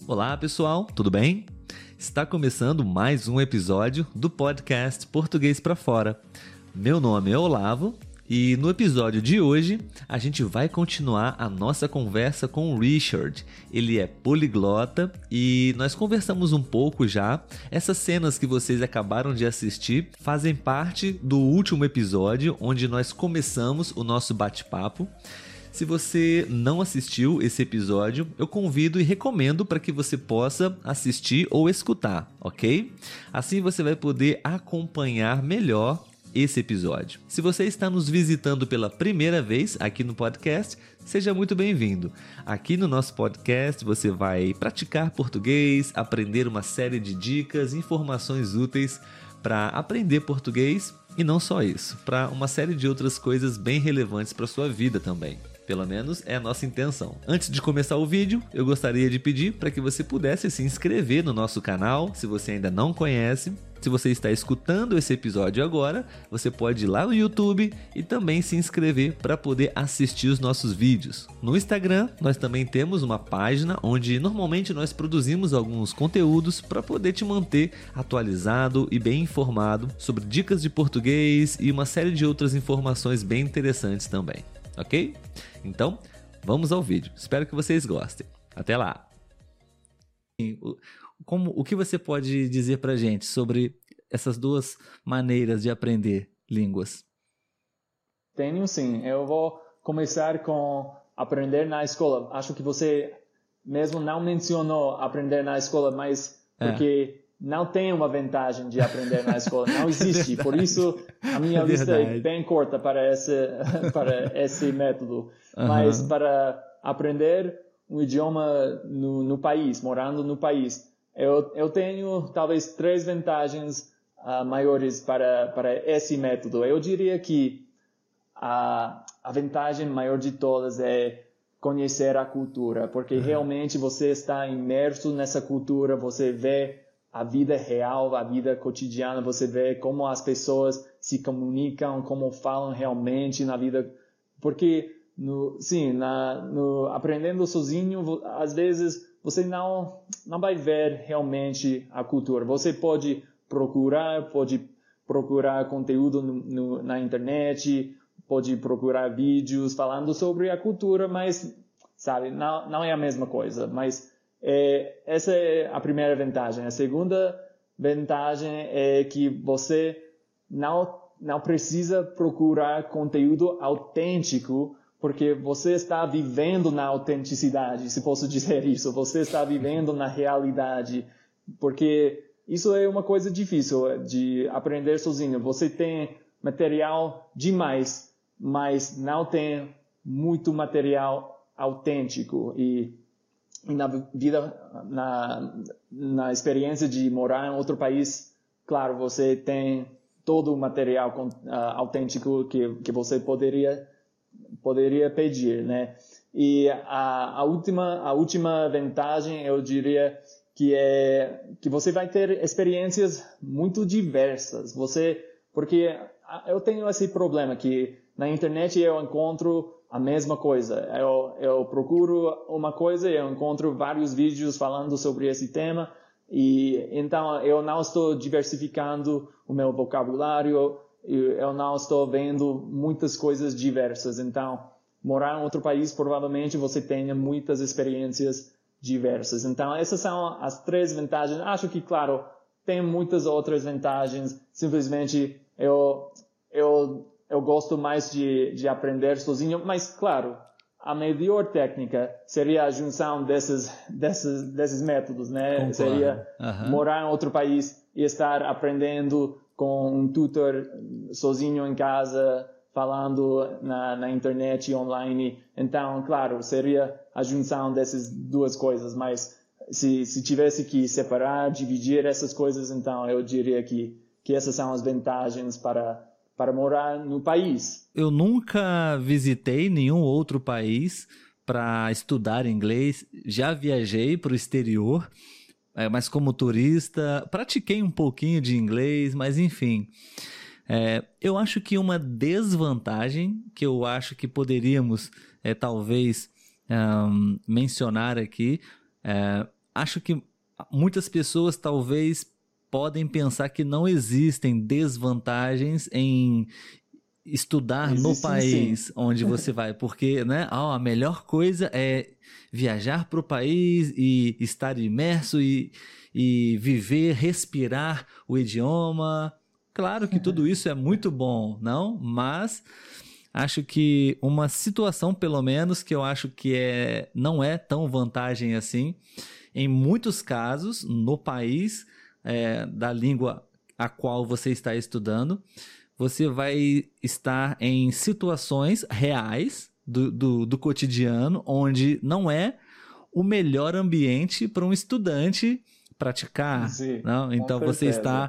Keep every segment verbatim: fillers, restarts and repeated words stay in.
Olá pessoal, tudo bem? Está começando mais um episódio do podcast Português pra Fora. Meu nome é Olavo e no episódio de hoje a gente vai continuar a nossa conversa com o Richard. Ele é poliglota e nós conversamos um pouco já. Essas cenas que vocês acabaram de assistir fazem parte do último episódio onde nós começamos o nosso bate-papo. Se você não assistiu esse episódio, eu convido e recomendo para que você possa assistir ou escutar, ok? Assim você vai poder acompanhar melhor esse episódio. Se você está nos visitando pela primeira vez aqui no podcast, seja muito bem-vindo. Aqui no nosso podcast você vai praticar português, aprender uma série de dicas, informações úteis para aprender português e não só isso, para uma série de outras coisas bem relevantes para a sua vida também. Pelo menos é a nossa intenção. Antes de começar o vídeo, eu gostaria de pedir para que você pudesse se inscrever no nosso canal, se você ainda não conhece. Se você está escutando esse episódio agora, você pode ir lá no YouTube e também se inscrever para poder assistir os nossos vídeos. No Instagram, nós também temos uma página onde normalmente nós produzimos alguns conteúdos para poder te manter atualizado e bem informado sobre dicas de português e uma série de outras informações bem interessantes também. Ok? Então, vamos ao vídeo. Espero que vocês gostem. Até lá! Como, o que você pode dizer pra gente sobre essas duas maneiras de aprender línguas? Tenho sim. Eu vou começar com aprender na escola. Acho que você mesmo não mencionou aprender na escola, mas porque... É. Não tem uma vantagem de aprender na escola, não existe. Por isso, a minha é lista é bem curta para esse, para esse método. Uhum. Mas para aprender um idioma no, no país, morando no país, eu, eu tenho talvez três vantagens uh, maiores para, para esse método. Eu diria que a, a vantagem maior de todas é conhecer a cultura, porque uhum. realmente você está imerso nessa cultura, você vê a vida real, a vida cotidiana, você vê como as pessoas se comunicam, como falam realmente na vida. Porque, no, sim, na, no, aprendendo sozinho, às vezes você não, não vai ver realmente a cultura. Você pode procurar, pode procurar conteúdo no, no, na internet, pode procurar vídeos falando sobre a cultura, mas, sabe, não, não é a mesma coisa. Mas É, essa é a primeira vantagem. A segunda vantagem é que você não, não precisa procurar conteúdo autêntico, porque você está vivendo na autenticidade, se posso dizer isso. Você está vivendo na realidade, porque isso é uma coisa difícil de aprender sozinho. Você tem material demais, mas não tem muito material autêntico. E E na vida, na, na experiência de morar em outro país, claro, você tem todo o material uh, autêntico que, que você poderia, poderia pedir, né? E a, a, última, a última vantagem, eu diria, que é que você vai ter experiências muito diversas. Você, porque eu tenho esse problema que na internet eu encontro a mesma coisa. Eu, eu procuro uma coisa e eu encontro vários vídeos falando sobre esse tema e então eu não estou diversificando o meu vocabulário, eu não estou vendo muitas coisas diversas. Então, morar em outro país, provavelmente você tenha muitas experiências diversas. Então, essas são as três vantagens. Acho que, claro, tem muitas outras vantagens. Simplesmente, eu... eu Eu gosto mais de, de aprender sozinho, mas, claro, a melhor técnica seria a junção desses, desses, desses métodos, né? Concordo. Seria uhum. morar em outro país e estar aprendendo com um tutor sozinho em casa, falando na, na internet e online. Então, claro, seria a junção dessas duas coisas, mas se, se tivesse que separar, dividir essas coisas, então eu diria que, que essas são as vantagens para... para morar no país. Eu nunca visitei nenhum outro país para estudar inglês. Já viajei para o exterior, mas como turista, pratiquei um pouquinho de inglês, mas enfim. É, eu acho que uma desvantagem que eu acho que poderíamos é, talvez um, mencionar aqui, é, acho que muitas pessoas talvez podem pensar que não existem desvantagens em estudar Existe, no país sim. onde você vai, porque, né, oh, a melhor coisa é viajar para o país e estar imerso e, e viver, respirar o idioma. Claro que tudo isso é muito bom, não? Mas acho que uma situação, pelo menos, que eu acho que é, não é tão vantagem assim, em muitos casos, no país é, da língua a qual você está estudando, você vai estar em situações reais do, do, do cotidiano, onde não é o melhor ambiente para um estudante praticar. Sim, não? Então com você certeza. está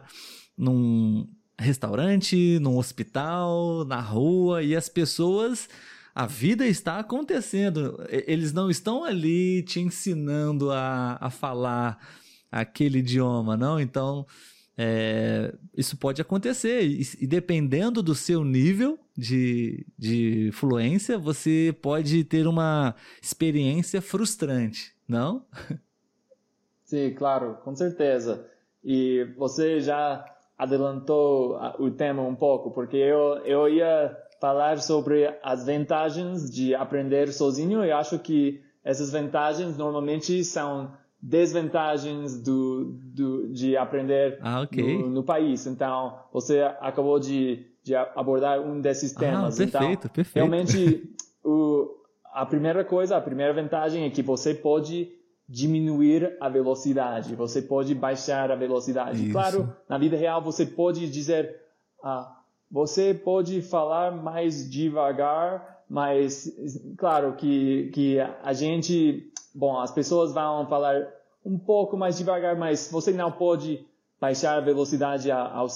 num restaurante, num hospital, na rua, e as pessoas... A vida está acontecendo. Eles não estão ali te ensinando a, a falar aquele idioma, não? Então... É, isso pode acontecer e, e dependendo do seu nível de, de fluência, você pode ter uma experiência frustrante, não? Sim, claro, com certeza. E você já adelantou o tema um pouco, porque eu, eu ia falar sobre as vantagens de aprender sozinho e acho que essas vantagens normalmente são desvantagens do, do, de aprender ah, okay. no, no país. Então, você acabou de, de abordar um desses temas. Ah, perfeito, então, perfeito. Realmente, o, a primeira coisa, a primeira vantagem é que você pode diminuir a velocidade, você pode baixar a velocidade. Isso. Claro, na vida real, você pode dizer, ah, você pode falar mais devagar, mas, claro, que, que a gente... Bom, as pessoas vão falar um pouco mais devagar, mas você não pode baixar a velocidade ao,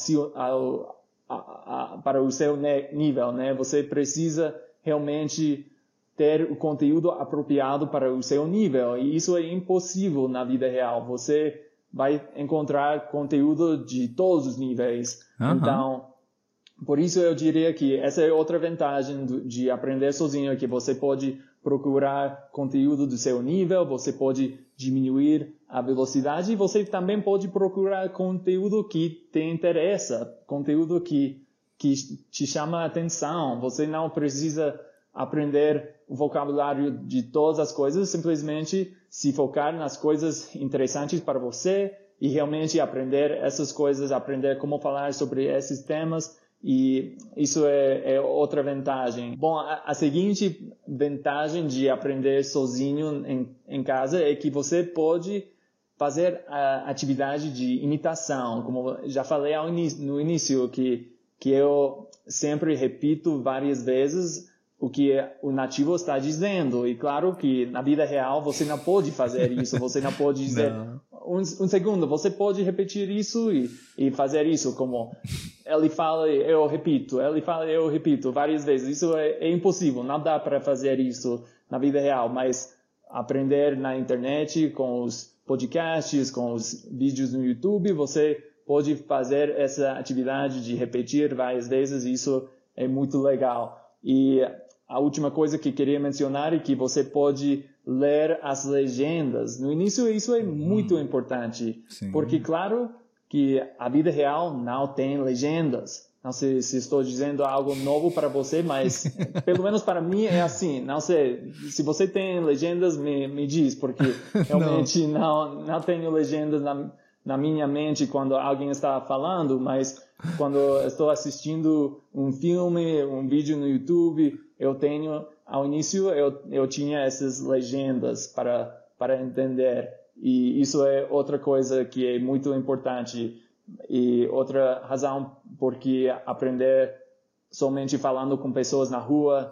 ao, a, a, para o seu nível, né? Você precisa realmente ter o conteúdo apropriado para o seu nível, e isso é impossível na vida real. Você vai encontrar conteúdo de todos os níveis. Uhum. Então, por isso eu diria que essa é outra vantagem de aprender sozinho, que você pode procurar conteúdo do seu nível, você pode diminuir a velocidade e você também pode procurar conteúdo que te interessa, conteúdo que, que te chama a atenção. Você não precisa aprender o vocabulário de todas as coisas, simplesmente se focar nas coisas interessantes para você e realmente aprender essas coisas, aprender como falar sobre esses temas. E isso é, é outra vantagem. Bom, a, a seguinte vantagem de aprender sozinho em, em casa é que você pode fazer a atividade de imitação. Como já falei ao início, no início, que, que eu sempre repito várias vezes o que o nativo está dizendo. E claro que na vida real você não pode fazer isso, você não pode dizer... Não. Um, um segundo, você pode repetir isso e, e fazer isso como ele fala, eu repito, ele fala, eu repito várias vezes. Isso é, é impossível, não dá para fazer isso na vida real, mas aprender na internet com os podcasts, com os vídeos no YouTube, você pode fazer essa atividade de repetir várias vezes, isso é muito legal. E a última coisa que queria mencionar é que você pode ler as legendas. No início, isso é muito hum. importante. Sim. Porque, claro, que a vida real não tem legendas. Não sei se estou dizendo algo novo para você, mas pelo menos para mim é assim. Não sei, se você tem legendas, me, me diz, porque realmente não, não, não tenho legendas na, na minha mente quando alguém está falando, mas quando estou assistindo um filme, um vídeo no YouTube, eu tenho, ao início eu, eu tinha essas legendas para, para entender. E isso é outra coisa que é muito importante. E outra razão porque aprender somente falando com pessoas na rua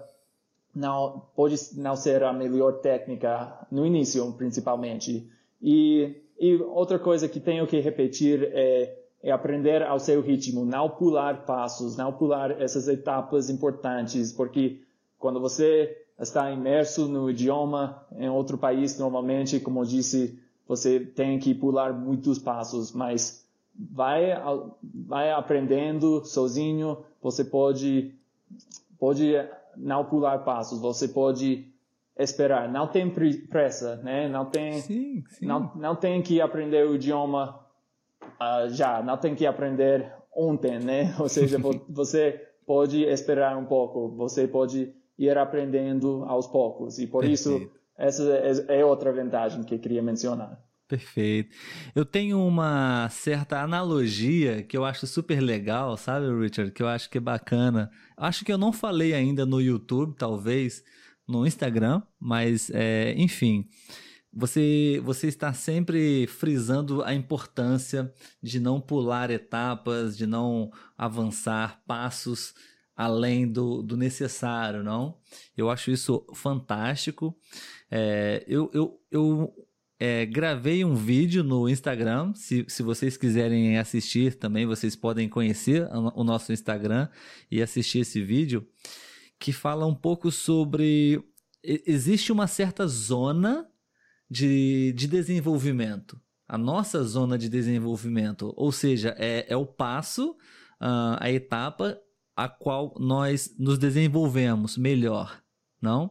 não pode não ser a melhor técnica no início, principalmente. E, e outra coisa que tenho que repetir é, é aprender ao seu ritmo, não pular passos, não pular essas etapas importantes, porque quando você está imerso no idioma em outro país, normalmente, como eu disse, você tem que pular muitos passos, mas vai, vai aprendendo sozinho, você pode, pode não pular passos, você pode esperar, não tem pressa, né? Não tem, sim, sim. Não, não tem que aprender o idioma uh, já, não tem que aprender ontem, né? Ou seja, você pode esperar um pouco, você pode ir aprendendo aos poucos, e por Perfeito. Isso essa é outra vantagem que eu queria mencionar. Perfeito. Eu tenho uma certa analogia que eu acho super legal, sabe, Richard? Que eu acho que é bacana. Acho que eu não falei ainda no YouTube, talvez, no Instagram, mas, é, enfim, você, você está sempre frisando a importância de não pular etapas, de não avançar passos além do, do necessário, não? Eu acho isso fantástico. É, eu, eu, eu é, gravei um vídeo no Instagram, se, se vocês quiserem assistir também, vocês podem conhecer o nosso Instagram e assistir esse vídeo, que fala um pouco sobre... Existe uma certa zona de, de desenvolvimento, a nossa zona de desenvolvimento, ou seja, é, é o passo, uh, a etapa a qual nós nos desenvolvemos melhor, não?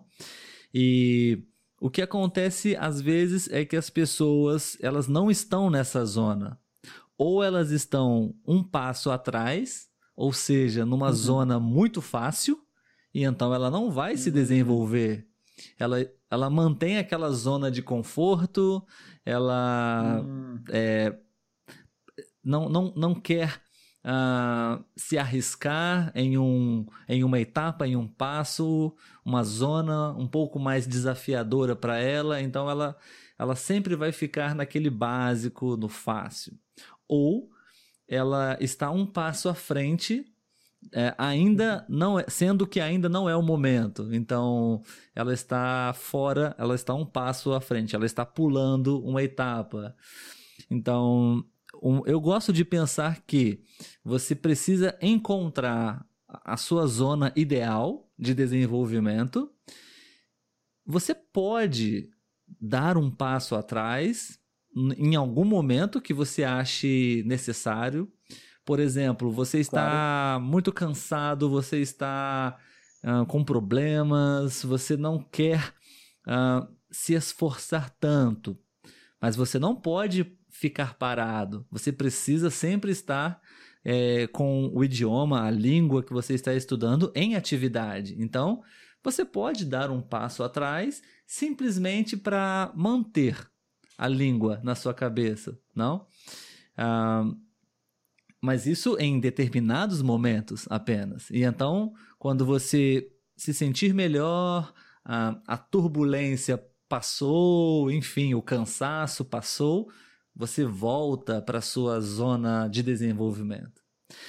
E o que acontece às vezes é que as pessoas, elas não estão nessa zona, ou elas estão um passo atrás, ou seja, numa uhum. zona muito fácil, e então ela não vai uhum. se desenvolver. Ela, ela mantém aquela zona de conforto, ela uhum. é, não, não, não quer uh, se arriscar em, um, em uma etapa, em um passo, uma zona um pouco mais desafiadora para ela, então ela, ela sempre vai ficar naquele básico, no fácil. Ou ela está um passo à frente, É, ainda não é, sendo que ainda não é o momento, então ela está fora, ela está um passo à frente, ela está pulando uma etapa. Então um, eu gosto de pensar que você precisa encontrar a sua zona ideal de desenvolvimento. Você pode dar um passo atrás em algum momento que você ache necessário. Por exemplo, você está claro. muito cansado, você está uh, com problemas, você não quer uh, se esforçar tanto, mas você não pode ficar parado. Você precisa sempre estar é, com o idioma, a língua que você está estudando em atividade. Então, você pode dar um passo atrás simplesmente para manter a língua na sua cabeça, não? Uh, Mas isso em determinados momentos apenas. E então, quando você se sentir melhor, a, a turbulência passou, enfim, o cansaço passou, você volta para a sua zona de desenvolvimento.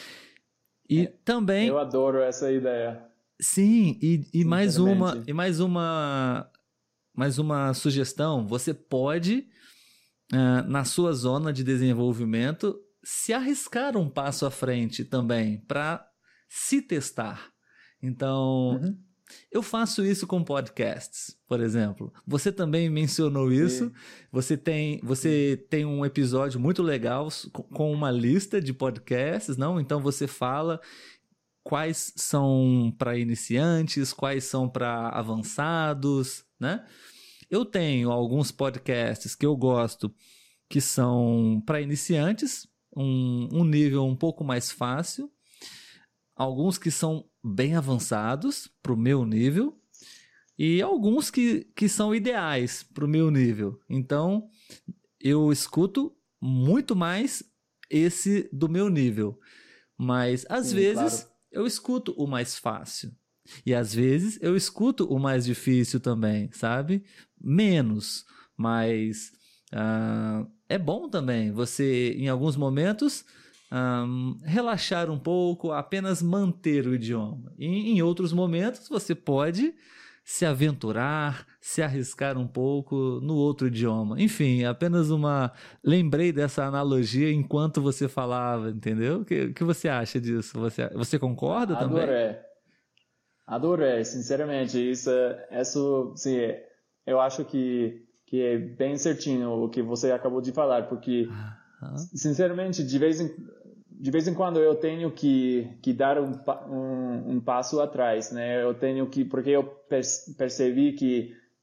E é, também... Eu adoro essa ideia. Sim, e, e, mais, uma, e mais, uma, mais uma sugestão. Você pode, uh, na sua zona de desenvolvimento, se arriscar um passo à frente também para se testar. Então, uhum. eu faço isso com podcasts, por exemplo. Você também mencionou isso. Sim. Você tem, você Sim. tem um episódio muito legal com uma lista de podcasts, não? Então você fala quais são para iniciantes, quais são para avançados, né? Eu tenho alguns podcasts que eu gosto que são para iniciantes, Um, um nível um pouco mais fácil, alguns que são bem avançados para o meu nível e alguns que, que são ideais para o meu nível. Então, eu escuto muito mais esse do meu nível, mas às Sim, vezes claro. eu escuto o mais fácil e às vezes eu escuto o mais difícil também, sabe? Menos, mas... Uh, é bom também você, em alguns momentos, um, relaxar um pouco, apenas manter o idioma. E em outros momentos, você pode se aventurar, se arriscar um pouco no outro idioma. Enfim, apenas uma... Lembrei dessa analogia enquanto você falava, entendeu? O que, que você acha disso? Você, você concorda Adorei. também? Adorei. Adorei, sinceramente. Isso, isso sim, eu acho que que é bem certinho o que você acabou de falar, porque, uh-huh. sinceramente, de vez em, de vez em quando eu tenho que, que dar um, um, um passo atrás, né? Eu tenho que, porque eu percebi que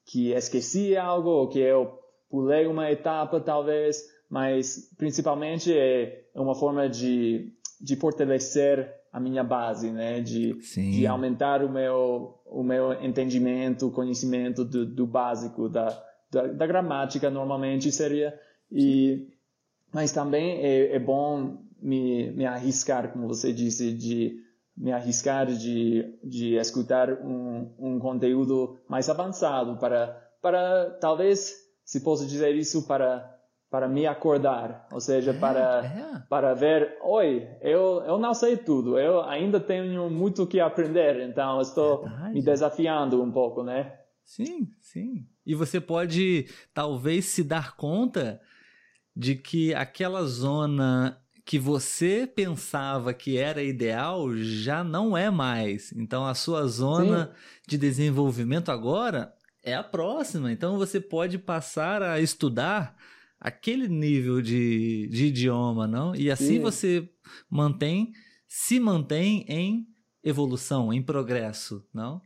que esqueci algo, ou que eu pulei uma etapa talvez, mas principalmente é uma forma de, de fortalecer a minha base, né? De, de aumentar o meu, o meu entendimento, conhecimento do, do básico, da, da, da gramática normalmente seria. E, mas também é, é bom me, me arriscar, como você disse, de me arriscar de, de escutar um, um conteúdo mais avançado para, para talvez, se posso dizer isso, para para me acordar, ou seja, é, para, é. para ver, oi, eu, eu não sei tudo, eu ainda tenho muito que aprender, então estou Verdade. me desafiando um pouco, né? Sim, sim. E você pode, talvez, se dar conta de que aquela zona que você pensava que era ideal já não é mais. Então, a sua zona sim. de desenvolvimento agora é a próxima. Então, você pode passar a estudar aquele nível de, de idioma, não? E assim Sim. você mantém, se mantém em evolução, em progresso, não?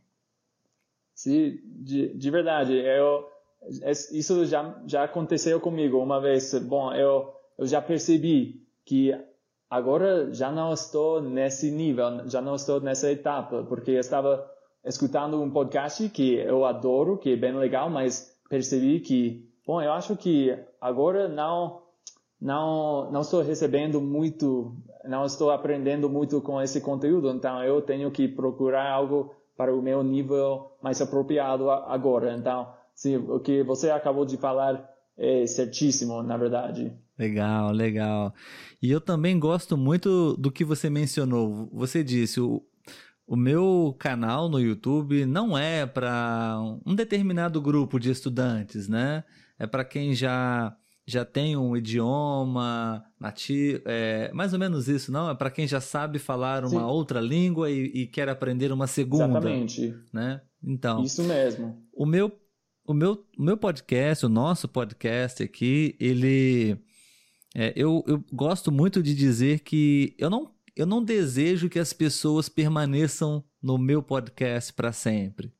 Sim, de, de verdade. Eu, isso já, já aconteceu comigo uma vez. Bom, eu, eu já percebi que agora já não estou nesse nível, já não estou nessa etapa, porque eu estava escutando um podcast que eu adoro, que é bem legal, mas percebi que Bom, eu acho que agora não, não, não estou recebendo muito, não estou aprendendo muito com esse conteúdo, então eu tenho que procurar algo para o meu nível mais apropriado agora. Então, sim, o que você acabou de falar é certíssimo, na verdade. Legal, legal. E eu também gosto muito do que você mencionou. Você disse, o, o meu canal no YouTube não é para um determinado grupo de estudantes, né? É para quem já, já tem um idioma nativo, é mais ou menos isso, não? É para quem já sabe falar uma Sim. outra língua e, e quer aprender uma segunda. Exatamente. Né? Então, isso mesmo. O meu, o, meu, o meu podcast, o nosso podcast aqui, ele... É, eu, eu gosto muito de dizer que eu não, eu não desejo que as pessoas permaneçam no meu podcast para sempre.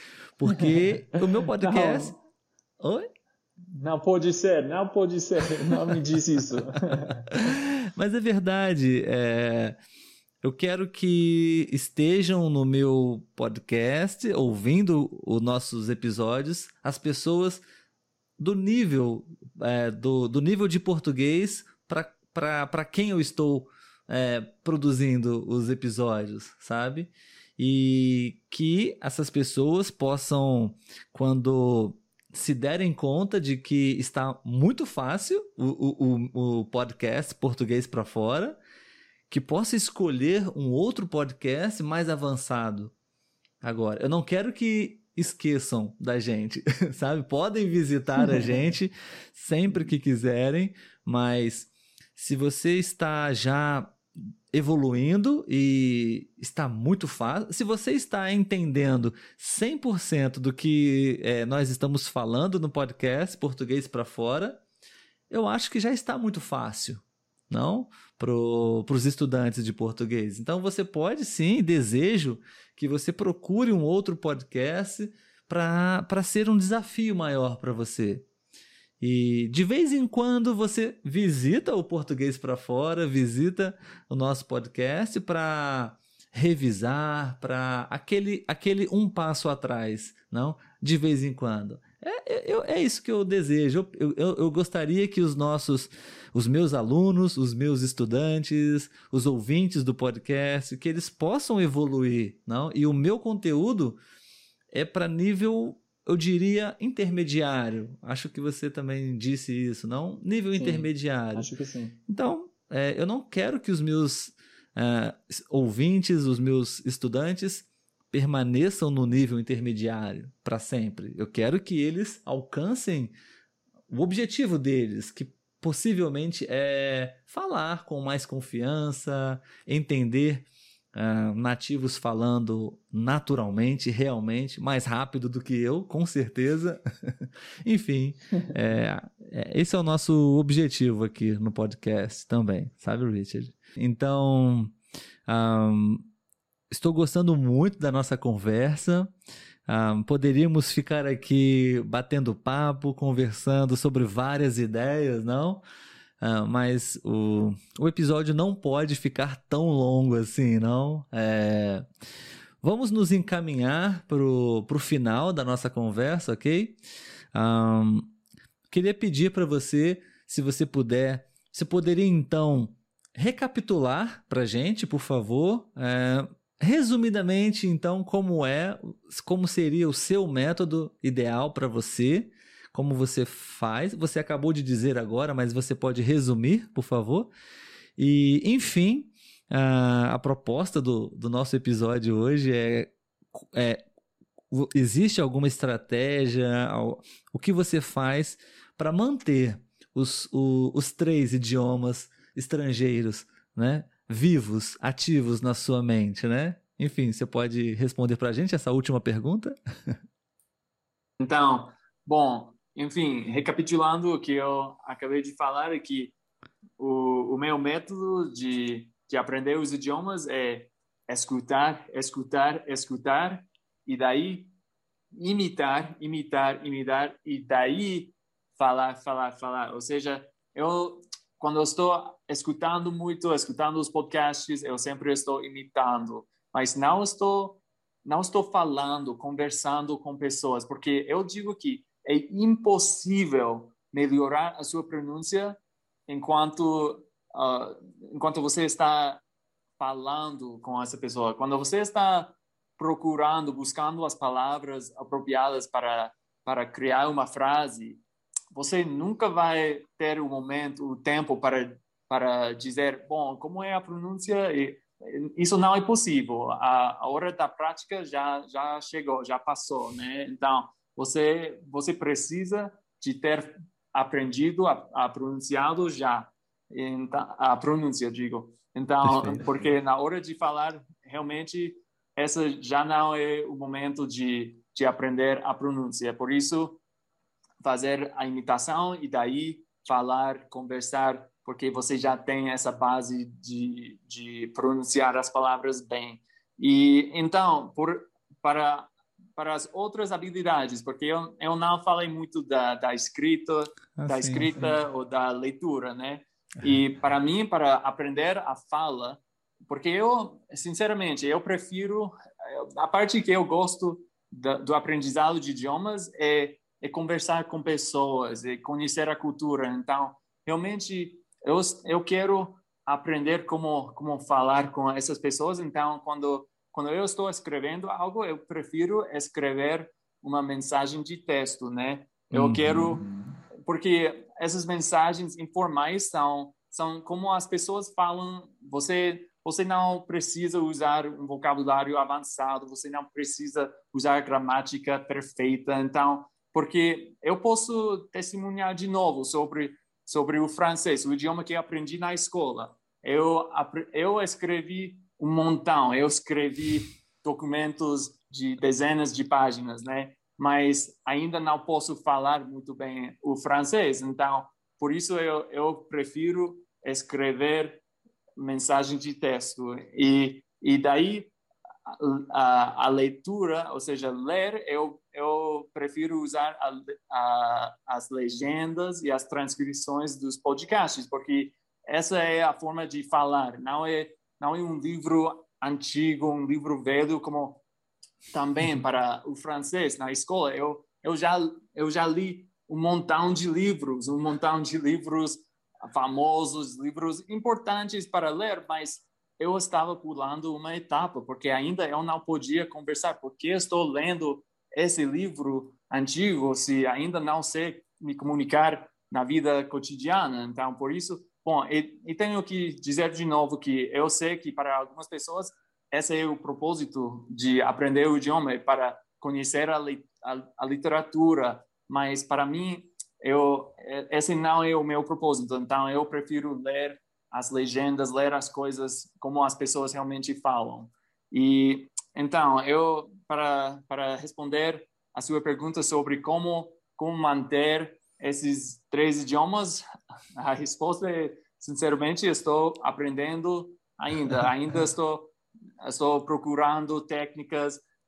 Porque o meu podcast... Não. Oi? Não pode ser, não pode ser, não me diz isso. Mas é verdade, é, eu quero que estejam no meu podcast, ouvindo os nossos episódios, as pessoas do nível, é, do, do nível de português para quem eu estou é, produzindo os episódios, sabe? E que essas pessoas possam, quando se derem conta de que está muito fácil o, o, o podcast Português para Fora, que possa escolher um outro podcast mais avançado. Agora, eu não quero que esqueçam da gente, sabe? Podem visitar a gente sempre que quiserem, mas se você está já evoluindo e está muito fácil, se você está entendendo cem por cento do que é, nós estamos falando no podcast Português para Fora, eu acho que já está muito fácil, não? Para os estudantes de português. Então você pode sim, desejo que você procure um outro podcast para ser um desafio maior para você. E de vez em quando você visita o Português para Fora, visita o nosso podcast para revisar, para aquele, aquele um passo atrás, não? De vez em quando. É, é, é isso que eu desejo. Eu, eu, eu gostaria que os nossos, os meus alunos, os meus estudantes, os ouvintes do podcast, que eles possam evoluir, não? E o meu conteúdo é para nível, eu diria, intermediário. Acho que você também disse isso, não? Nível sim, intermediário. Acho que sim. Então, é, eu não quero que os meus uh, ouvintes, os meus estudantes permaneçam no nível intermediário para sempre. Eu quero que eles alcancem o objetivo deles, que possivelmente é falar com mais confiança, entender uh, nativos falando naturalmente, realmente, mais rápido do que eu, com certeza. Enfim, é, é, esse é o nosso objetivo aqui no podcast também, sabe, Richard? Então, um, estou gostando muito da nossa conversa. Ah, poderíamos ficar aqui batendo papo, conversando sobre várias ideias, não? Ah, mas o, o episódio não pode ficar tão longo assim, não? É, vamos nos encaminhar para o final da nossa conversa, ok? Um, queria pedir para você, se você puder, você poderia então recapitular para a gente, por favor, é, resumidamente, então, como é, como seria o seu método ideal para você, como você faz. Você acabou de dizer agora, mas você pode resumir, por favor. E, enfim, a, a proposta do, do nosso episódio hoje é, é existe alguma estratégia, o que você faz para manter os, o, os três idiomas estrangeiros, né, vivos, ativos na sua mente, né? Enfim, você pode responder para a gente essa última pergunta? Então, bom, enfim, recapitulando o que eu acabei de falar, é que o, o meu método de, de aprender os idiomas é escutar, escutar, escutar, e daí imitar, imitar, imitar, e daí falar, falar, falar. Ou seja, eu, quando eu estou escutando muito, escutando os podcasts, eu sempre estou imitando, mas não estou, não estou falando, conversando com pessoas, porque eu digo que é impossível melhorar a sua pronúncia enquanto, uh, enquanto você está falando com essa pessoa. Quando você está procurando, buscando as palavras apropriadas para, para criar uma frase, você nunca vai ter o momento, o tempo para, para dizer, bom, como é a pronúncia? E, isso não é possível. A, a hora da prática já, já chegou, já passou, né? Então, você, você precisa de ter aprendido a, a pronunciado já. Então, a pronúncia, digo. Então, Perfeito. porque na hora de falar, realmente, essa já não é o momento de, de aprender a pronúncia. Por isso, fazer a imitação e daí falar, conversar, porque você já tem essa base de, de pronunciar as palavras bem. E então, por, para para as outras habilidades, porque eu, eu não falei muito da, da escrita, Ah, da sim, escrita sim. ou da leitura, né? E para mim, para aprender a fala, porque eu, sinceramente, eu prefiro, a parte que eu gosto do, do aprendizado de idiomas é, é conversar com pessoas, é conhecer a cultura. Então, realmente, eu, eu quero aprender como, como falar com essas pessoas. Então, quando, quando eu estou escrevendo algo, eu prefiro escrever uma mensagem de texto, né? Eu Uhum. quero porque essas mensagens informais são são como as pessoas falam. Você você não precisa usar um vocabulário avançado, você não precisa usar gramática perfeita. Então, porque eu posso testemunhar de novo sobre sobre o francês, o idioma que eu aprendi na escola. Eu eu escrevi um montão, eu escrevi documentos de dezenas de páginas, né? Mas ainda não posso falar muito bem o francês. Então, por isso eu, eu prefiro escrever mensagem de texto. E, e daí a, a leitura, ou seja, ler, eu, eu prefiro usar a, a, as legendas e as transcrições dos podcasts, porque essa é a forma de falar. Não é, não é um livro antigo, um livro velho, como também para o francês na escola. Eu, eu, já, eu já li um montão de livros, um montão de livros famosos, livros importantes para ler, mas eu estava pulando uma etapa, porque ainda eu não podia conversar, porque estou lendo esse livro antigo se ainda não sei me comunicar na vida cotidiana. Então, por isso, bom, e, e tenho que dizer de novo que eu sei que para algumas pessoas esse é o propósito de aprender o idioma, para conhecer a, a, a literatura, mas para mim, eu, esse não é o meu propósito. Então, eu prefiro ler as legendas, ler as coisas como as pessoas realmente falam. E então, eu para para responder a sua pergunta sobre como como manter esses três idiomas, a resposta é, sinceramente, estou aprendendo ainda, ainda estou estou procurando técnicas,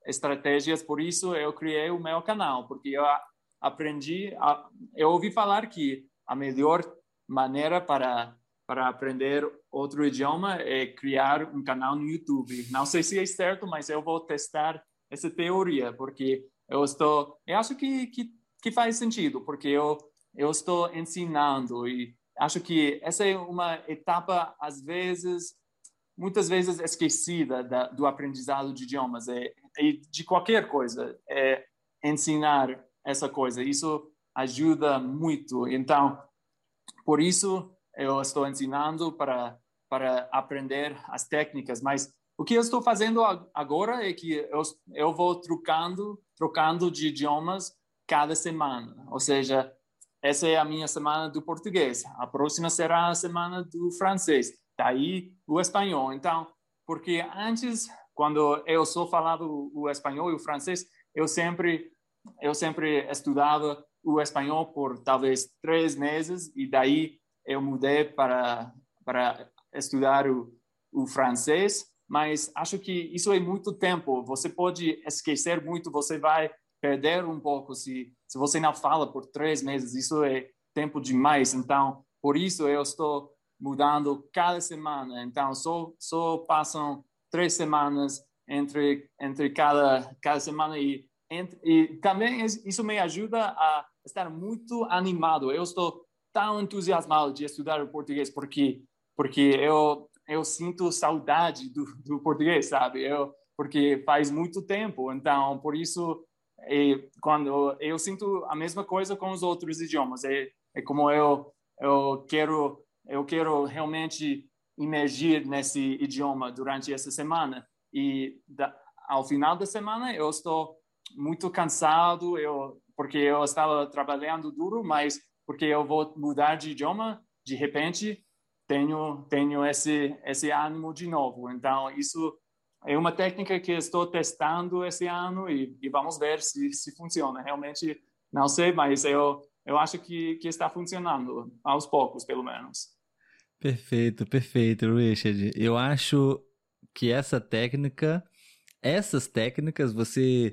estratégias, por isso eu criei o meu canal, porque eu aprendi, a, eu ouvi falar que a melhor maneira para, para aprender outro idioma é criar um canal no YouTube. Não sei se é certo, mas eu vou testar essa teoria, porque eu estou, eu acho que, que, que faz sentido, porque eu, eu estou ensinando e acho que essa é uma etapa, às vezes, muitas vezes esquecida da, do aprendizado de idiomas e, e de qualquer coisa, é ensinar essa coisa. Isso ajuda muito. Então, por isso eu estou ensinando para para aprender as técnicas. Mas o que eu estou fazendo agora é que eu, eu vou trocando trocando de idiomas cada semana. Ou seja, essa é a minha semana do português. A próxima será a semana do francês. Daí o espanhol. Então, porque antes, quando eu só falava o, o espanhol e o francês, eu sempre eu sempre estudava o espanhol por talvez três meses e daí eu mudei para para estudar o, o francês. Mas acho que isso é muito tempo. Você pode esquecer muito. Você vai perder um pouco se se você não fala por três meses. Isso é tempo demais. Então, por isso eu estou mudando cada semana. Então, só, só passam três semanas entre, entre cada, cada semana. E, entre, e também isso me ajuda a estar muito animado. Eu estou tão entusiasmado de estudar o português porque, porque eu, eu sinto saudade do, do português, sabe? Eu, porque faz muito tempo. Então, por isso, é, quando eu sinto a mesma coisa com os outros idiomas. É, é como eu, eu quero... eu quero realmente imergir nesse idioma durante essa semana. E da, ao final da semana eu estou muito cansado, eu, porque eu estava trabalhando duro, mas porque eu vou mudar de idioma, de repente tenho, tenho esse, esse ânimo de novo. Então, isso é uma técnica que estou testando esse ano e, e vamos ver se, se funciona. Realmente não sei, mas eu, eu acho que, que está funcionando, aos poucos, pelo menos. Perfeito, perfeito, Richard. Eu acho que essa técnica, essas técnicas, você,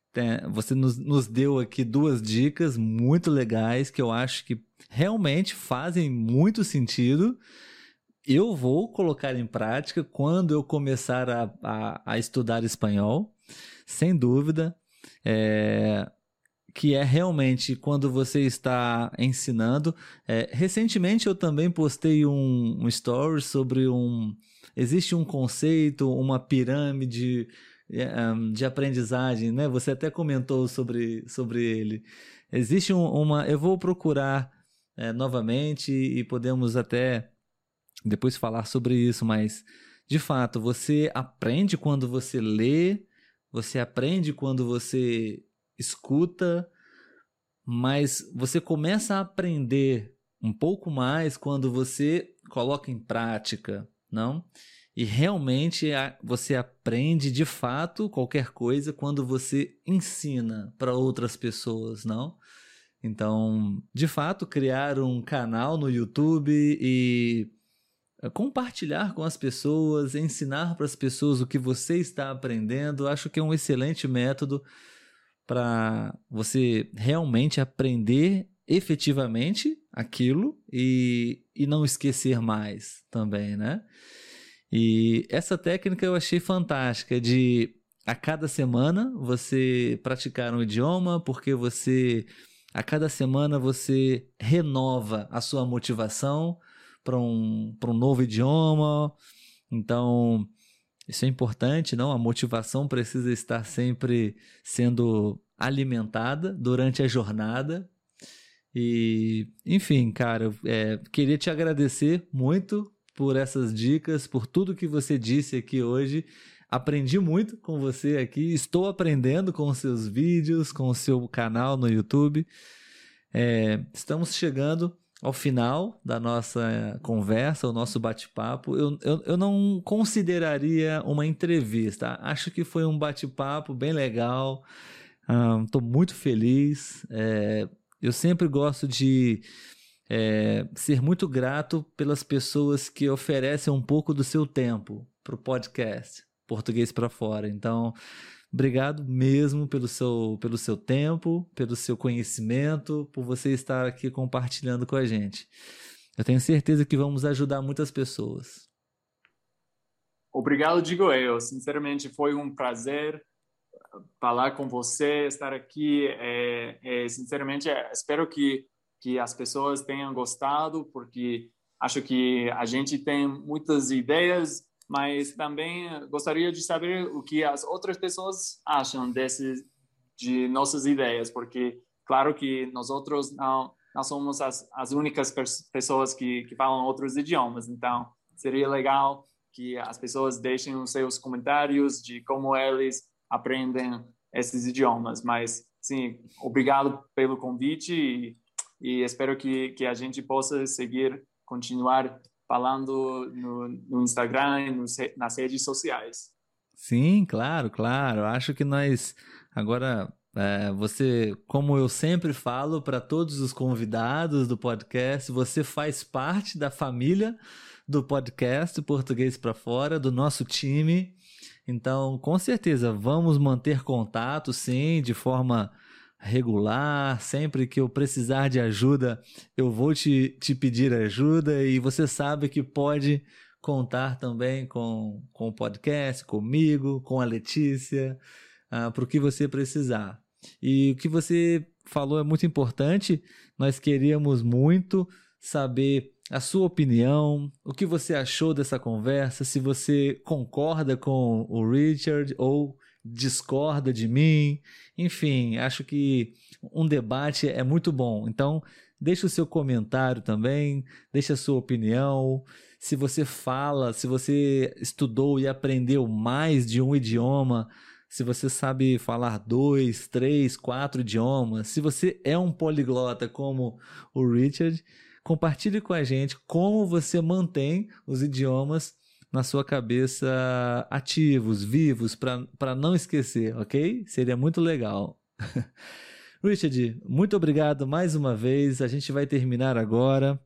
você nos, nos deu aqui duas dicas muito legais que eu acho que realmente fazem muito sentido. Eu vou colocar em prática quando eu começar a, a, a estudar espanhol, sem dúvida. É... que é realmente quando você está ensinando. É, recentemente eu também postei um, um story sobre um... Existe um conceito, uma pirâmide um, de aprendizagem, né? Você até comentou sobre, sobre ele. Existe um, uma... Eu vou procurar é, novamente e podemos até depois falar sobre isso, mas de fato, você aprende quando você lê, você aprende quando você escuta, mas você começa a aprender um pouco mais quando você coloca em prática, não? E realmente você aprende de fato qualquer coisa quando você ensina para outras pessoas, não? Então, de fato, criar um canal no YouTube e compartilhar com as pessoas, ensinar para as pessoas o que você está aprendendo, acho que é um excelente método para você realmente aprender efetivamente aquilo e, e não esquecer mais também, né? E essa técnica eu achei fantástica, de a cada semana você praticar um idioma, porque você, a cada semana você renova a sua motivação para um, para um novo idioma. Então, isso é importante, não? A motivação precisa estar sempre sendo alimentada durante a jornada. E, enfim, cara, é, queria te agradecer muito por essas dicas, por tudo que você disse aqui hoje. Aprendi muito com você aqui, estou aprendendo com os seus vídeos, com o seu canal no YouTube. É, estamos chegando ao final da nossa conversa, o nosso bate-papo. Eu, eu, eu não consideraria uma entrevista. Acho que foi um bate-papo bem legal. Estou um, muito feliz. É, eu sempre gosto de é, ser muito grato pelas pessoas que oferecem um pouco do seu tempo para o podcast Português para Fora. Então, Obrigado mesmo pelo seu, pelo seu tempo, pelo seu conhecimento, por você estar aqui compartilhando com a gente. Eu tenho certeza que vamos ajudar muitas pessoas. Obrigado, digo eu. Sinceramente, foi um prazer falar com você, estar aqui. É, é, sinceramente, é, espero que, que as pessoas tenham gostado, porque acho que a gente tem muitas ideias, mas também gostaria de saber o que as outras pessoas acham desses, de nossas ideias, porque, claro que nós outros não, não somos as, as únicas pessoas que, que falam outros idiomas, então seria legal que as pessoas deixem os seus comentários de como eles aprendem esses idiomas. Mas, sim, obrigado pelo convite e, e espero que, que a gente possa seguir, continuar falando no, no Instagram e nos, nas redes sociais. Sim, claro, claro. Acho que nós agora... É, você, como eu sempre falo para todos os convidados do podcast, você faz parte da família do podcast Português para Fora, do nosso time. Então, com certeza, vamos manter contato, sim, de forma regular. Sempre que eu precisar de ajuda, eu vou te, te pedir ajuda e você sabe que pode contar também com, com o podcast, comigo, com a Letícia, uh, para o que você precisar. E o que você falou é muito importante. Nós queríamos muito saber a sua opinião, o que você achou dessa conversa, se você concorda com o Richard ou discorda de mim. Enfim, acho que um debate é muito bom. Então, deixe o seu comentário também, deixe a sua opinião. Se você fala, se você estudou e aprendeu mais de um idioma, se você sabe falar dois, três, quatro idiomas, se você é um poliglota como o Richard, compartilhe com a gente como você mantém os idiomas na sua cabeça ativos, vivos, para não esquecer, ok? Seria muito legal. Richard, muito obrigado mais uma vez. A gente vai terminar agora.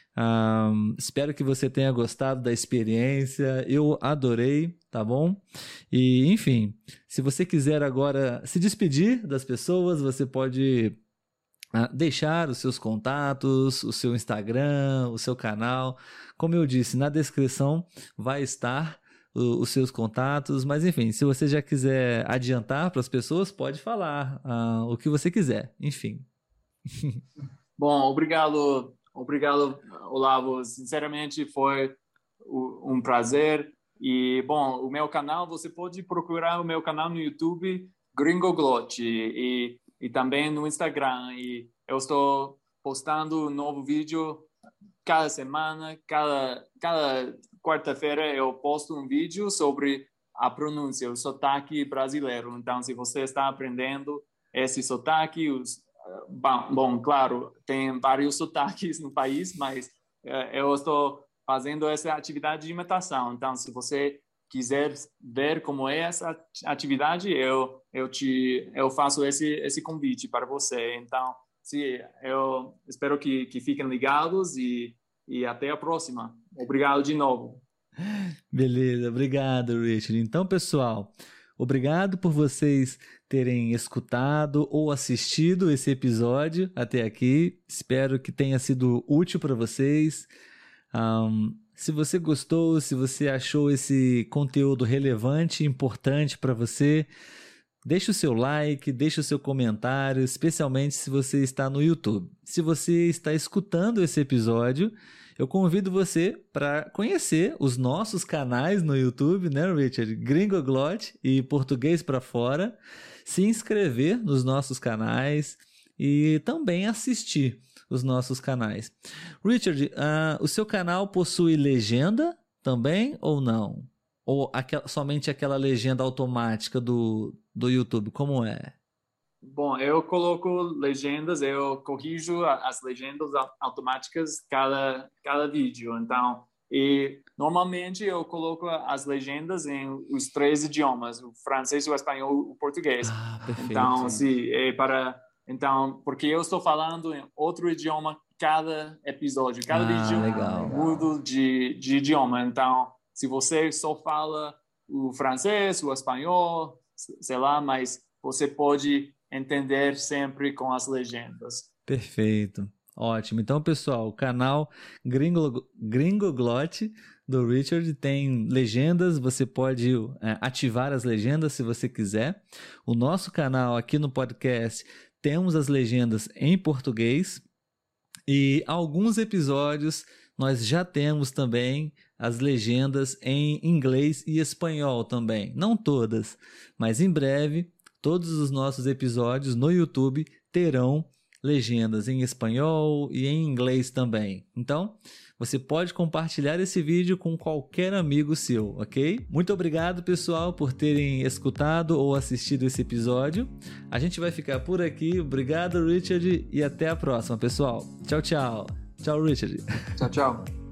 Um, espero que você tenha gostado da experiência. Eu adorei, tá bom? E, enfim, se você quiser agora se despedir das pessoas, você pode uh, deixar os seus contatos, o seu Instagram, o seu canal. Como eu disse, na descrição vai estar o, os seus contatos. Mas, enfim, se você já quiser adiantar para as pessoas, pode falar uh, o que você quiser. Enfim. Bom, obrigado. Obrigado, Olavo. Sinceramente, foi um prazer. E, bom, o meu canal, você pode procurar o meu canal no YouTube, Gringoglot, e, e também no Instagram. E eu estou postando um novo vídeo cada semana, cada, cada quarta-feira eu posto um vídeo sobre a pronúncia, o sotaque brasileiro. Então, se você está aprendendo esse sotaque, os Bom, bom, claro, tem vários sotaques no país, mas uh, eu estou fazendo essa atividade de imitação. Então, se você quiser ver como é essa atividade, eu eu te eu faço esse esse convite para você. Então, sim, eu espero que que fiquem ligados e e até a próxima. Obrigado de novo. Beleza, obrigado, Richard. Então, pessoal, obrigado por vocês terem escutado ou assistido esse episódio até aqui. Espero que tenha sido útil para vocês. Um, se você gostou, se você achou esse conteúdo relevante, importante para você, deixe o seu like, deixe o seu comentário, especialmente se você está no YouTube. Se você está escutando esse episódio, eu convido você para conhecer os nossos canais no YouTube, né, Richard? Gringoglot e Português para Fora. Se inscrever nos nossos canais e também assistir os nossos canais. Richard, uh, o seu canal possui legenda também ou não? Ou aquel, somente aquela legenda automática do, do YouTube? Como é? Bom, eu coloco legendas, eu corrijo as legendas automáticas cada cada vídeo. Então, e normalmente eu coloco as legendas em os três idiomas, o francês, o espanhol, o português. Ah, perfeito. Então, sim, é para então, porque eu estou falando em outro idioma cada episódio, cada ah, vídeo legal. mudo de de idioma. Então, se você só fala o francês, o espanhol, sei lá, mas você pode entender sempre com as legendas. Perfeito. Ótimo. Então, pessoal, o canal Gringo, Gringoglot do Richard tem legendas, você pode é, ativar as legendas se você quiser. O nosso canal aqui no podcast temos as legendas em português e alguns episódios nós já temos também as legendas em inglês e espanhol também. Não todas, mas em breve todos os nossos episódios no YouTube terão legendas em espanhol e em inglês também. Então, você pode compartilhar esse vídeo com qualquer amigo seu, ok? Muito obrigado, pessoal, por terem escutado ou assistido esse episódio. A gente vai ficar por aqui. Obrigado, Richard, e até a próxima, pessoal. Tchau, tchau. Tchau, Richard. Tchau, tchau.